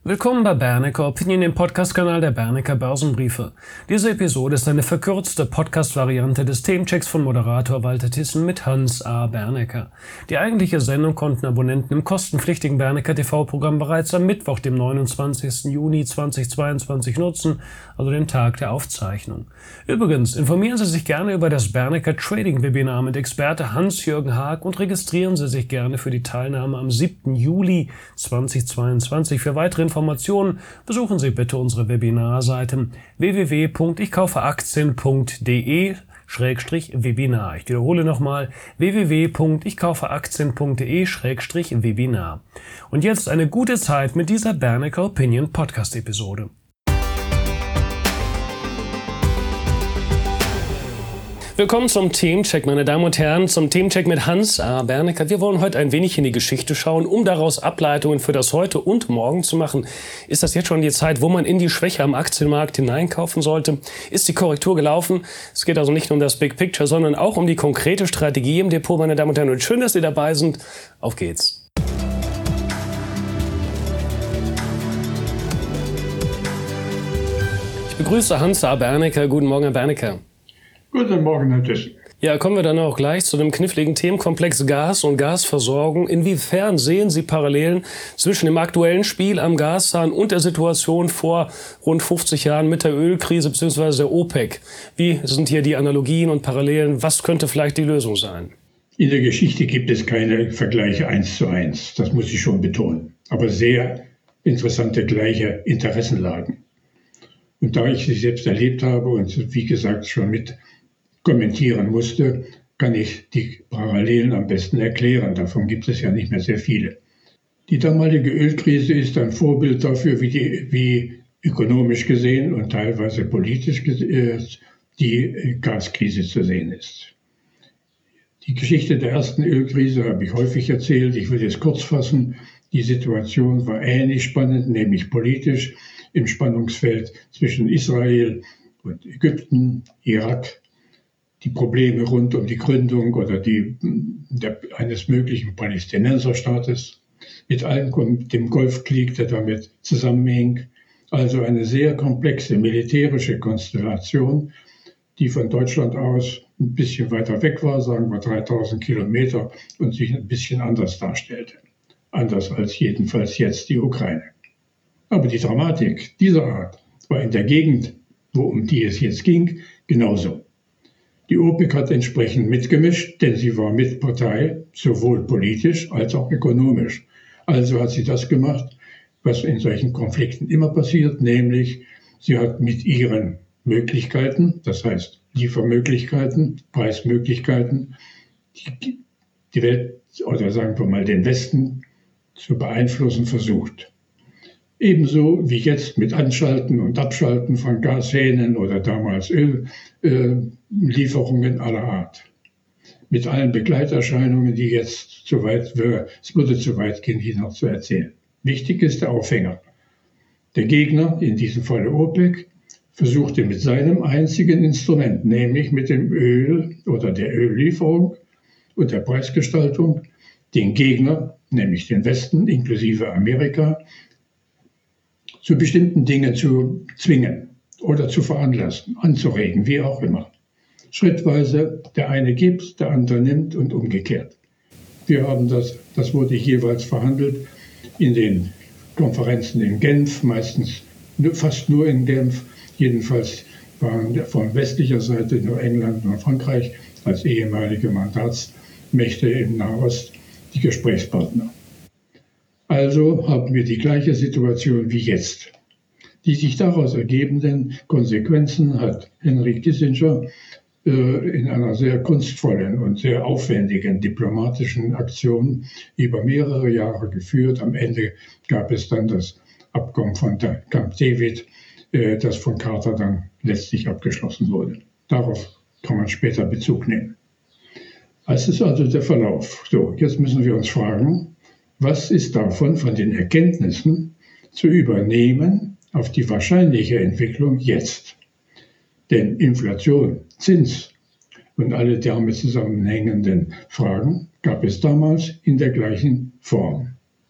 Willkommen bei Bernecker Opinion, dem Podcast-Kanal der Bernecker Börsenbriefe. Diese Episode ist eine verkürzte Podcast-Variante des Themenchecks von Moderator Walter Thyssen mit Hans A. Bernecker. Die eigentliche Sendung konnten Abonnenten im kostenpflichtigen Bernecker TV-Programm bereits am Mittwoch, dem 29. Juni 2022 nutzen, also dem Tag der Aufzeichnung. Übrigens, informieren Sie sich gerne über das Bernecker Trading-Webinar mit Experte Hans-Jürgen Haag und registrieren Sie sich gerne für die Teilnahme am 7. Juli 2022. Für weitere Informationen besuchen Sie bitte unsere Webinarseite www.ichkaufeaktien.de/Webinar. Ich wiederhole nochmal www.ichkaufeaktien.de/Webinar. Und jetzt eine gute Zeit mit dieser Bernecker Opinion Podcast Episode. Willkommen zum Themencheck, meine Damen und Herren, zum Themencheck mit Hans A. Bernecker. Wir wollen heute ein wenig in die Geschichte schauen, um daraus Ableitungen für das Heute und Morgen zu machen. Ist das jetzt schon die Zeit, wo man in die Schwäche am Aktienmarkt hineinkaufen sollte? Ist die Korrektur gelaufen? Es geht also nicht nur um das Big Picture, sondern auch um die konkrete Strategie im Depot, meine Damen und Herren. Und schön, dass Sie dabei sind. Auf geht's. Ich begrüße Hans A. Bernecker. Guten Morgen, Herr Bernecker. Guten Morgen, Herr Thyssen. Ja, kommen wir dann auch gleich zu dem kniffligen Themenkomplex Gas und Gasversorgung. Inwiefern sehen Sie Parallelen zwischen dem aktuellen Spiel am Gashahn und der Situation vor rund 50 Jahren mit der Ölkrise bzw. der OPEC? Wie sind hier die Analogien und Parallelen? Was könnte vielleicht die Lösung sein? In der Geschichte gibt es keine Vergleiche 1:1. Das muss ich schon betonen. Aber sehr interessante gleiche Interessenlagen. Und da ich sie selbst erlebt habe und wie gesagt schon mit kommentieren musste, kann ich die Parallelen am besten erklären. Davon gibt es ja nicht mehr sehr viele. Die damalige Ölkrise ist ein Vorbild dafür, wie ökonomisch gesehen und teilweise politisch die Gaskrise zu sehen ist. Die Geschichte der ersten Ölkrise habe ich häufig erzählt. Ich will es kurz fassen. Die Situation war ähnlich spannend, nämlich politisch im Spannungsfeld zwischen Israel und Ägypten, Irak, die Probleme rund um die Gründung oder eines möglichen Palästinenserstaates, mit allem dem Golfkrieg, der damit zusammenhing. Also eine sehr komplexe militärische Konstellation, die von Deutschland aus ein bisschen weiter weg war, sagen wir 3000 Kilometer, und sich ein bisschen anders darstellte. Anders als jedenfalls jetzt die Ukraine. Aber die Dramatik dieser Art war in der Gegend, um die es jetzt ging, genauso. Die OPEC hat entsprechend mitgemischt, denn sie war Mitpartei, sowohl politisch als auch ökonomisch. Also hat sie das gemacht, was in solchen Konflikten immer passiert, nämlich sie hat mit ihren Möglichkeiten, das heißt Liefermöglichkeiten, Preismöglichkeiten, die Welt, oder sagen wir mal den Westen, zu beeinflussen versucht. Ebenso wie jetzt mit Anschalten und Abschalten von Gashähnen oder damals Öllieferungen aller Art. Mit allen Begleiterscheinungen, die jetzt es würde zu weit gehen, hier noch zu erzählen. Wichtig ist der Aufhänger. Der Gegner, in diesem Falle OPEC, versuchte mit seinem einzigen Instrument, nämlich mit dem Öl oder der Öllieferung und der Preisgestaltung, den Gegner, nämlich den Westen inklusive Amerika, zu bestimmten Dingen zu zwingen oder zu veranlassen, anzuregen, wie auch immer. Schrittweise, der eine gibt, der andere nimmt und umgekehrt. Wir haben das wurde jeweils verhandelt in den Konferenzen in Genf, meistens fast nur in Genf. Jedenfalls waren von westlicher Seite nur England und Frankreich als ehemalige Mandatsmächte im Nahost die Gesprächspartner. Also haben wir die gleiche Situation wie jetzt. Die sich daraus ergebenden Konsequenzen hat Henry Kissinger in einer sehr kunstvollen und sehr aufwendigen diplomatischen Aktion über mehrere Jahre geführt. Am Ende gab es dann das Abkommen von Camp David, das von Carter dann letztlich abgeschlossen wurde. Darauf kann man später Bezug nehmen. Das ist also der Verlauf. So, jetzt müssen wir uns fragen, was ist davon von den Erkenntnissen zu übernehmen auf die wahrscheinliche Entwicklung jetzt? Denn Inflation, Zins und alle damit zusammenhängenden Fragen gab es damals in der gleichen Form.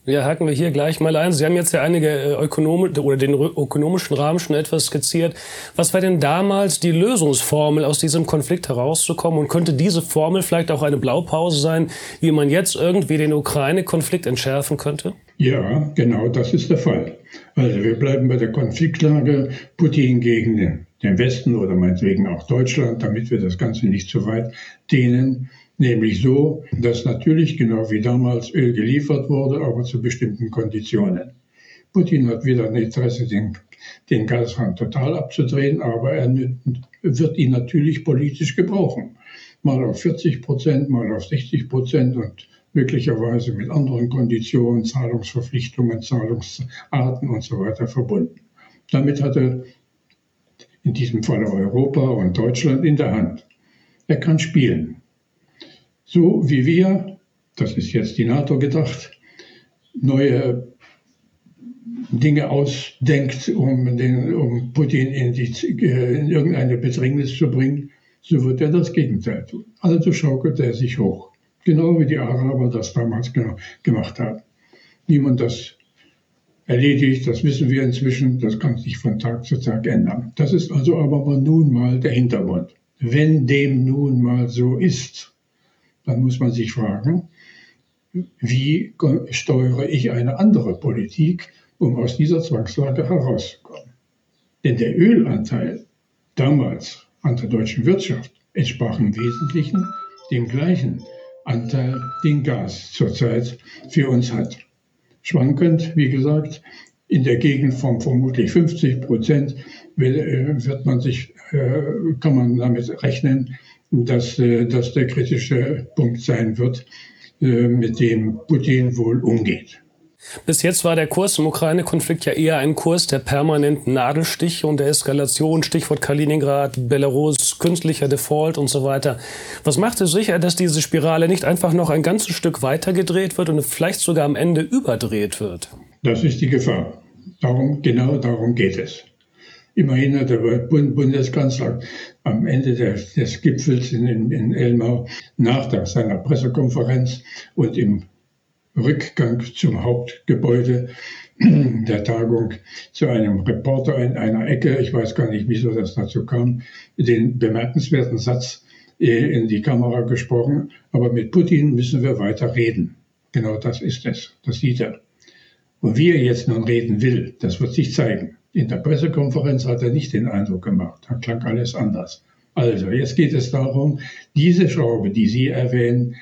Ja, haken wir hier gleich mal ein. Sie haben jetzt ja einige den ökonomischen Rahmen schon etwas skizziert. Was war denn damals die Lösungsformel, aus diesem Konflikt herauszukommen? Und könnte diese Formel vielleicht auch eine Blaupause sein, wie man jetzt irgendwie den Ukraine-Konflikt entschärfen könnte? Ja, genau das ist der Fall. Also wir bleiben bei der Konfliktlage Putin gegen den Westen oder meinetwegen auch Deutschland, damit wir das Ganze nicht zu weit dehnen. Nämlich so, dass natürlich genau wie damals Öl geliefert wurde, aber zu bestimmten Konditionen. Putin hat wieder ein Interesse, den Gashahn total abzudrehen, aber er wird ihn natürlich politisch gebrauchen. Mal auf 40%, mal auf 60% und möglicherweise mit anderen Konditionen, Zahlungsverpflichtungen, Zahlungsarten und so weiter verbunden. Damit hat er in diesem Fall Europa und Deutschland in der Hand. Er kann spielen. So wie wir, das ist jetzt die NATO gedacht, neue Dinge ausdenkt, um Putin in irgendeine Bedrängnis zu bringen, so wird er das Gegenteil tun. Also schaukelt er sich hoch. Genau wie die Araber das damals gemacht haben. Wie man das erledigt, das wissen wir inzwischen, das kann sich von Tag zu Tag ändern. Das ist also aber nun mal der Hintergrund. Wenn dem nun mal so ist, dann muss man sich fragen, wie steuere ich eine andere Politik, um aus dieser Zwangslage herauszukommen. Denn der Ölanteil damals an der deutschen Wirtschaft entsprach im Wesentlichen dem gleichen Anteil, den Gas zurzeit für uns hat. Schwankend, wie gesagt, in der Gegend von vermutlich 50% kann man damit rechnen, dass das der kritische Punkt sein wird, mit dem Putin wohl umgeht. Bis jetzt war der Kurs im Ukraine-Konflikt ja eher ein Kurs der permanenten Nadelstiche und der Eskalation, Stichwort Kaliningrad, Belarus, künstlicher Default und so weiter. Was macht es sicher, dass diese Spirale nicht einfach noch ein ganzes Stück weiter gedreht wird und vielleicht sogar am Ende überdreht wird? Das ist die Gefahr. Genau darum geht es. Immerhin hat der Bundeskanzler am Ende des Gipfels in Elmau nach seiner Pressekonferenz und im Rückgang zum Hauptgebäude der Tagung zu einem Reporter in einer Ecke, ich weiß gar nicht, wieso das dazu kam, den bemerkenswerten Satz in die Kamera gesprochen, aber mit Putin müssen wir weiter reden. Genau das ist es, das sieht er. Und wie er jetzt nun reden will, das wird sich zeigen. In der Pressekonferenz hat er nicht den Eindruck gemacht, da klang alles anders. Also, jetzt geht es darum, diese Schraube, die Sie erwähnen,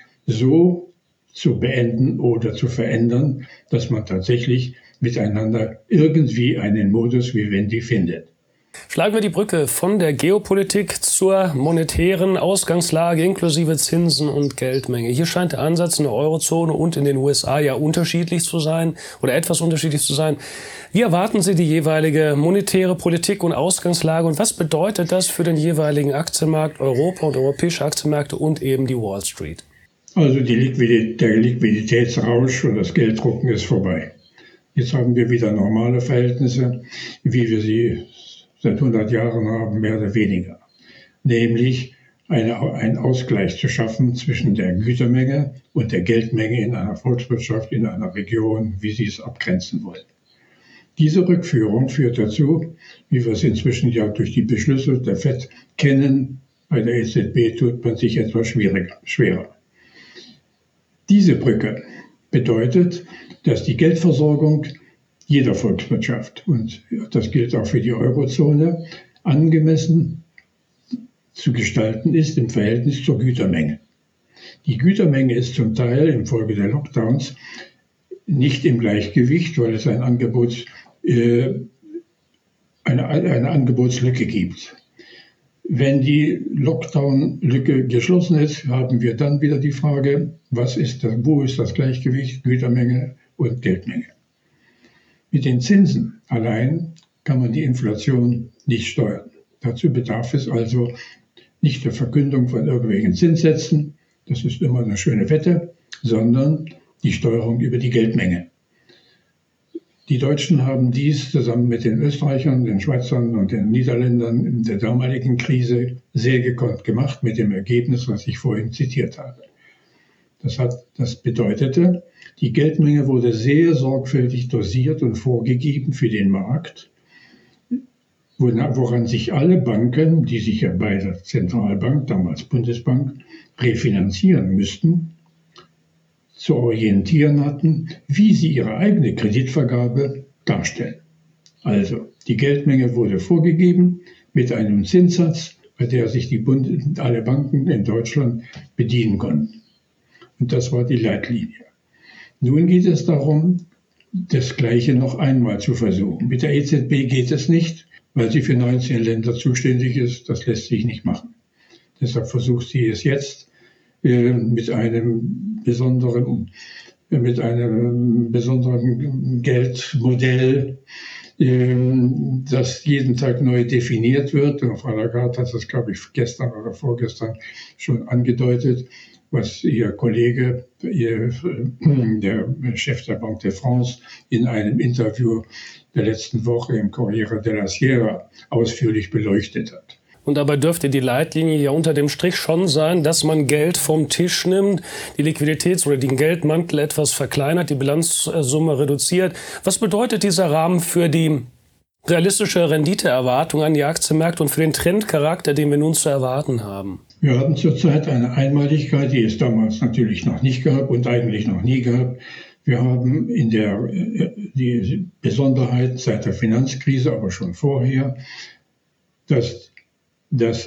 so zu beenden oder zu verändern, dass man tatsächlich miteinander irgendwie einen Modus vivendi findet. Schlagen wir die Brücke von der Geopolitik zur monetären Ausgangslage inklusive Zinsen und Geldmenge. Hier scheint der Ansatz in der Eurozone und in den USA ja unterschiedlich zu sein oder etwas unterschiedlich zu sein. Wie erwarten Sie die jeweilige monetäre Politik und Ausgangslage und was bedeutet das für den jeweiligen Aktienmarkt Europa und europäische Aktienmärkte und eben die Wall Street? Also der Liquiditätsrausch und das Gelddrucken ist vorbei. Jetzt haben wir wieder normale Verhältnisse, wie wir sie seit 100 Jahren haben, mehr oder weniger. Nämlich einen Ausgleich zu schaffen zwischen der Gütermenge und der Geldmenge in einer Volkswirtschaft, in einer Region, wie sie es abgrenzen wollen. Diese Rückführung führt dazu, wie wir es inzwischen ja durch die Beschlüsse der FED kennen, bei der EZB tut man sich etwas schwerer. Diese Brücke bedeutet, dass die Geldversorgung jeder Volkswirtschaft, und das gilt auch für die Eurozone, angemessen zu gestalten ist im Verhältnis zur Gütermenge. Die Gütermenge ist zum Teil infolge der Lockdowns nicht im Gleichgewicht, weil es eine Angebotslücke gibt. Wenn die Lockdown-Lücke geschlossen ist, haben wir dann wieder die Frage, wo ist das Gleichgewicht Gütermenge und Geldmenge? Mit den Zinsen allein kann man die Inflation nicht steuern. Dazu bedarf es also nicht der Verkündung von irgendwelchen Zinssätzen, das ist immer eine schöne Wette, sondern die Steuerung über die Geldmenge. Die Deutschen haben dies zusammen mit den Österreichern, den Schweizern und den Niederländern in der damaligen Krise sehr gekonnt gemacht, mit dem Ergebnis, was ich vorhin zitiert habe. Das bedeutete, die Geldmenge wurde sehr sorgfältig dosiert und vorgegeben für den Markt, woran sich alle Banken, die sich ja bei der Zentralbank, damals Bundesbank, refinanzieren müssten, zu orientieren hatten, wie sie ihre eigene Kreditvergabe darstellen. Also, die Geldmenge wurde vorgegeben mit einem Zinssatz, bei der sich alle Banken in Deutschland bedienen konnten. Und das war die Leitlinie. Nun geht es darum, das Gleiche noch einmal zu versuchen. Mit der EZB geht es nicht, weil sie für 19 Länder zuständig ist. Das lässt sich nicht machen. Deshalb versucht sie es jetzt mit einem besonderen Geldmodell, das jeden Tag neu definiert wird. Und Frau Lagarde hat das, glaube ich, gestern oder vorgestern schon angedeutet, was Ihr Kollege, der Chef der Banque de France, in einem Interview der letzten Woche im Corriere della Sera ausführlich beleuchtet hat. Und dabei dürfte die Leitlinie ja unter dem Strich schon sein, dass man Geld vom Tisch nimmt, die Liquiditäts- oder den Geldmantel etwas verkleinert, die Bilanzsumme reduziert. Was bedeutet dieser Rahmen für die realistische Renditeerwartung an die Aktienmärkte und für den Trendcharakter, den wir nun zu erwarten haben? Wir haben zurzeit eine Einmaligkeit, die es damals natürlich noch nicht gab und eigentlich noch nie gab. Wir haben die Besonderheit seit der Finanzkrise, aber schon vorher, dass das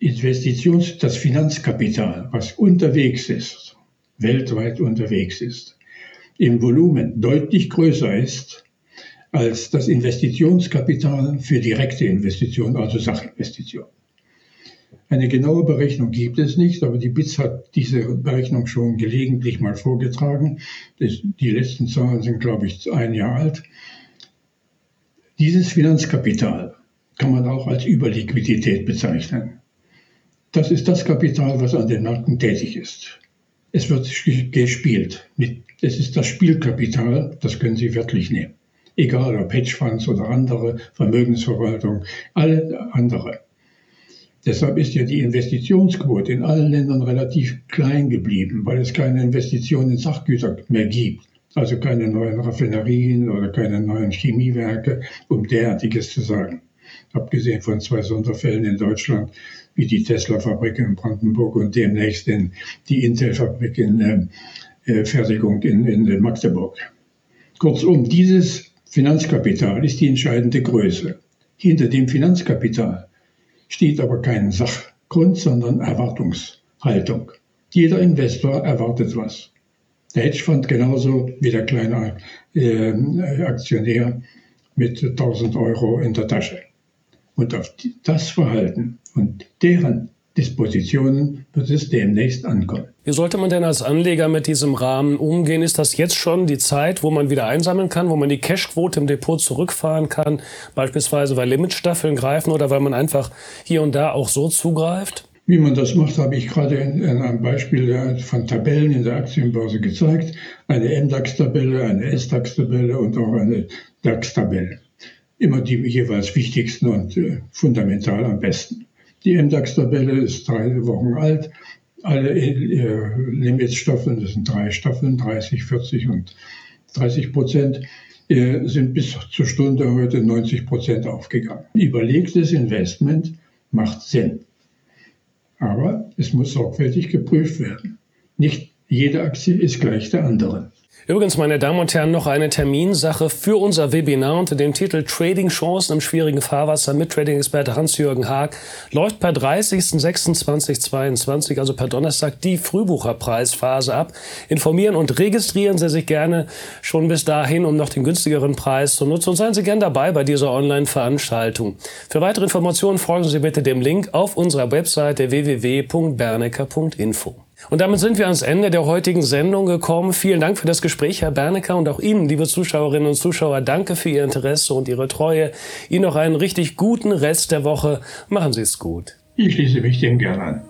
Finanzkapital, was unterwegs ist, weltweit unterwegs ist, im Volumen deutlich größer ist als das Investitionskapital für direkte Investitionen, also Sachinvestitionen. Eine genaue Berechnung gibt es nicht, aber die BIZ hat diese Berechnung schon gelegentlich mal vorgetragen. Die letzten Zahlen sind, glaube ich, 1 Jahr alt. Dieses Finanzkapital kann man auch als Überliquidität bezeichnen. Das ist das Kapital, was an den Märkten tätig ist. Es wird gespielt. Es ist das Spielkapital, das können Sie wörtlich nehmen. Egal ob Hedgefonds oder andere, Vermögensverwaltung, alle andere. Deshalb ist ja die Investitionsquote in allen Ländern relativ klein geblieben, weil es keine Investitionen in Sachgüter mehr gibt. Also keine neuen Raffinerien oder keine neuen Chemiewerke, um derartiges zu sagen. Abgesehen von 2 Sonderfällen in Deutschland, wie die Tesla-Fabrik in Brandenburg und demnächst die Intel-Fabrik in Fertigung in Magdeburg. Kurzum, dieses Finanzkapital ist die entscheidende Größe. Hinter dem Finanzkapital steht aber kein Sachgrund, sondern Erwartungshaltung. Jeder Investor erwartet was. Der Hedgefonds genauso wie der kleine Aktionär mit 1.000 € in der Tasche. Und auf das Verhalten und deren Dispositionen wird es demnächst ankommen. Wie sollte man denn als Anleger mit diesem Rahmen umgehen? Ist das jetzt schon die Zeit, wo man wieder einsammeln kann, wo man die Cashquote im Depot zurückfahren kann, beispielsweise weil Limitstaffeln greifen oder weil man einfach hier und da auch so zugreift? Wie man das macht, habe ich gerade in einem Beispiel von Tabellen in der Aktienbörse gezeigt. Eine MDAX-Tabelle, eine SDAX-Tabelle und auch eine DAX-Tabelle. Immer die jeweils wichtigsten und fundamental am besten. Die MDAX-Tabelle ist 3 Wochen alt. Alle Limitstaffeln, das sind 3 Staffeln, 30, 40 und 30%, sind bis zur Stunde heute 90% aufgegangen. Überlegtes Investment macht Sinn. Aber es muss sorgfältig geprüft werden. Nicht jede Aktie ist gleich der anderen. Übrigens, meine Damen und Herren, noch eine Terminsache für unser Webinar unter dem Titel Trading Chancen im schwierigen Fahrwasser mit Trading-Experte Hans-Jürgen Haag läuft per 30.06.2022, also per Donnerstag, die Frühbucherpreisphase ab. Informieren und registrieren Sie sich gerne schon bis dahin, um noch den günstigeren Preis zu nutzen. Und seien Sie gern dabei bei dieser Online-Veranstaltung. Für weitere Informationen folgen Sie bitte dem Link auf unserer Webseite www.bernecker.info. Und damit sind wir ans Ende der heutigen Sendung gekommen. Vielen Dank für das Gespräch, Herr Bernecker, und auch Ihnen, liebe Zuschauerinnen und Zuschauer, danke für Ihr Interesse und Ihre Treue. Ihnen noch einen richtig guten Rest der Woche. Machen Sie es gut. Ich schließe mich dem gerne an.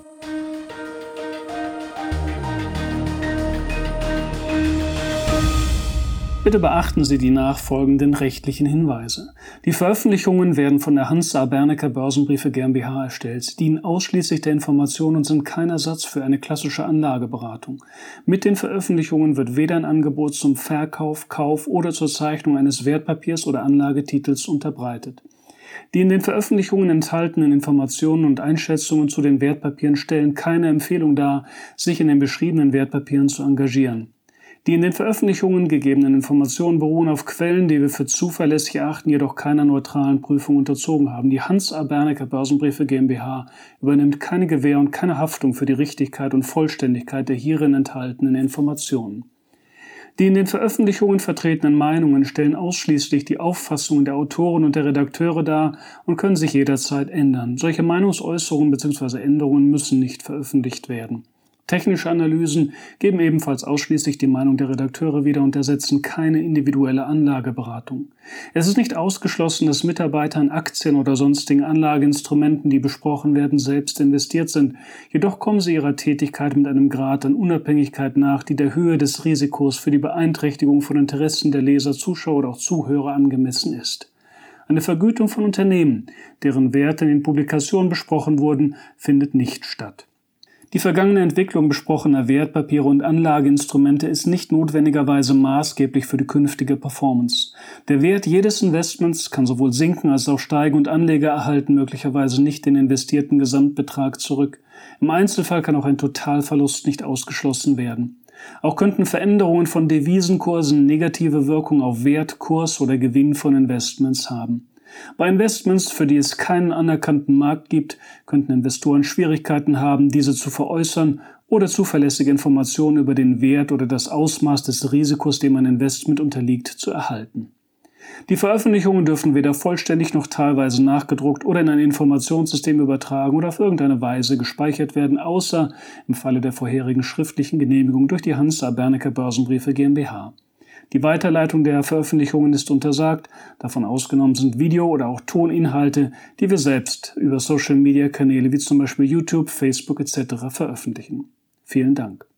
Bitte beachten Sie die nachfolgenden rechtlichen Hinweise. Die Veröffentlichungen werden von der Hans A. Bernecker Börsenbriefe GmbH erstellt, dienen ausschließlich der Information und sind kein Ersatz für eine klassische Anlageberatung. Mit den Veröffentlichungen wird weder ein Angebot zum Verkauf, Kauf oder zur Zeichnung eines Wertpapiers oder Anlagetitels unterbreitet. Die in den Veröffentlichungen enthaltenen Informationen und Einschätzungen zu den Wertpapieren stellen keine Empfehlung dar, sich in den beschriebenen Wertpapieren zu engagieren. Die in den Veröffentlichungen gegebenen Informationen beruhen auf Quellen, die wir für zuverlässig erachten, jedoch keiner neutralen Prüfung unterzogen haben. Die Hans A. Bernecker Börsenbriefe GmbH übernimmt keine Gewähr und keine Haftung für die Richtigkeit und Vollständigkeit der hierin enthaltenen Informationen. Die in den Veröffentlichungen vertretenen Meinungen stellen ausschließlich die Auffassungen der Autoren und der Redakteure dar und können sich jederzeit ändern. Solche Meinungsäußerungen bzw. Änderungen müssen nicht veröffentlicht werden. Technische Analysen geben ebenfalls ausschließlich die Meinung der Redakteure wieder und ersetzen keine individuelle Anlageberatung. Es ist nicht ausgeschlossen, dass Mitarbeiter in Aktien oder sonstigen Anlageinstrumenten, die besprochen werden, selbst investiert sind. Jedoch kommen sie ihrer Tätigkeit mit einem Grad an Unabhängigkeit nach, die der Höhe des Risikos für die Beeinträchtigung von Interessen der Leser, Zuschauer oder auch Zuhörer angemessen ist. Eine Vergütung von Unternehmen, deren Werte in den Publikationen besprochen wurden, findet nicht statt. Die vergangene Entwicklung besprochener Wertpapiere und Anlageinstrumente ist nicht notwendigerweise maßgeblich für die künftige Performance. Der Wert jedes Investments kann sowohl sinken als auch steigen und Anleger erhalten möglicherweise nicht den investierten Gesamtbetrag zurück. Im Einzelfall kann auch ein Totalverlust nicht ausgeschlossen werden. Auch könnten Veränderungen von Devisenkursen negative Wirkung auf Wert, Kurs oder Gewinn von Investments haben. Bei Investments, für die es keinen anerkannten Markt gibt, könnten Investoren Schwierigkeiten haben, diese zu veräußern oder zuverlässige Informationen über den Wert oder das Ausmaß des Risikos, dem ein Investment unterliegt, zu erhalten. Die Veröffentlichungen dürfen weder vollständig noch teilweise nachgedruckt oder in ein Informationssystem übertragen oder auf irgendeine Weise gespeichert werden, außer im Falle der vorherigen schriftlichen Genehmigung durch die Hans A. Bernecker Börsenbriefe GmbH. Die Weiterleitung der Veröffentlichungen ist untersagt, davon ausgenommen sind Video- oder auch Toninhalte, die wir selbst über Social-Media-Kanäle wie zum Beispiel YouTube, Facebook etc. veröffentlichen. Vielen Dank.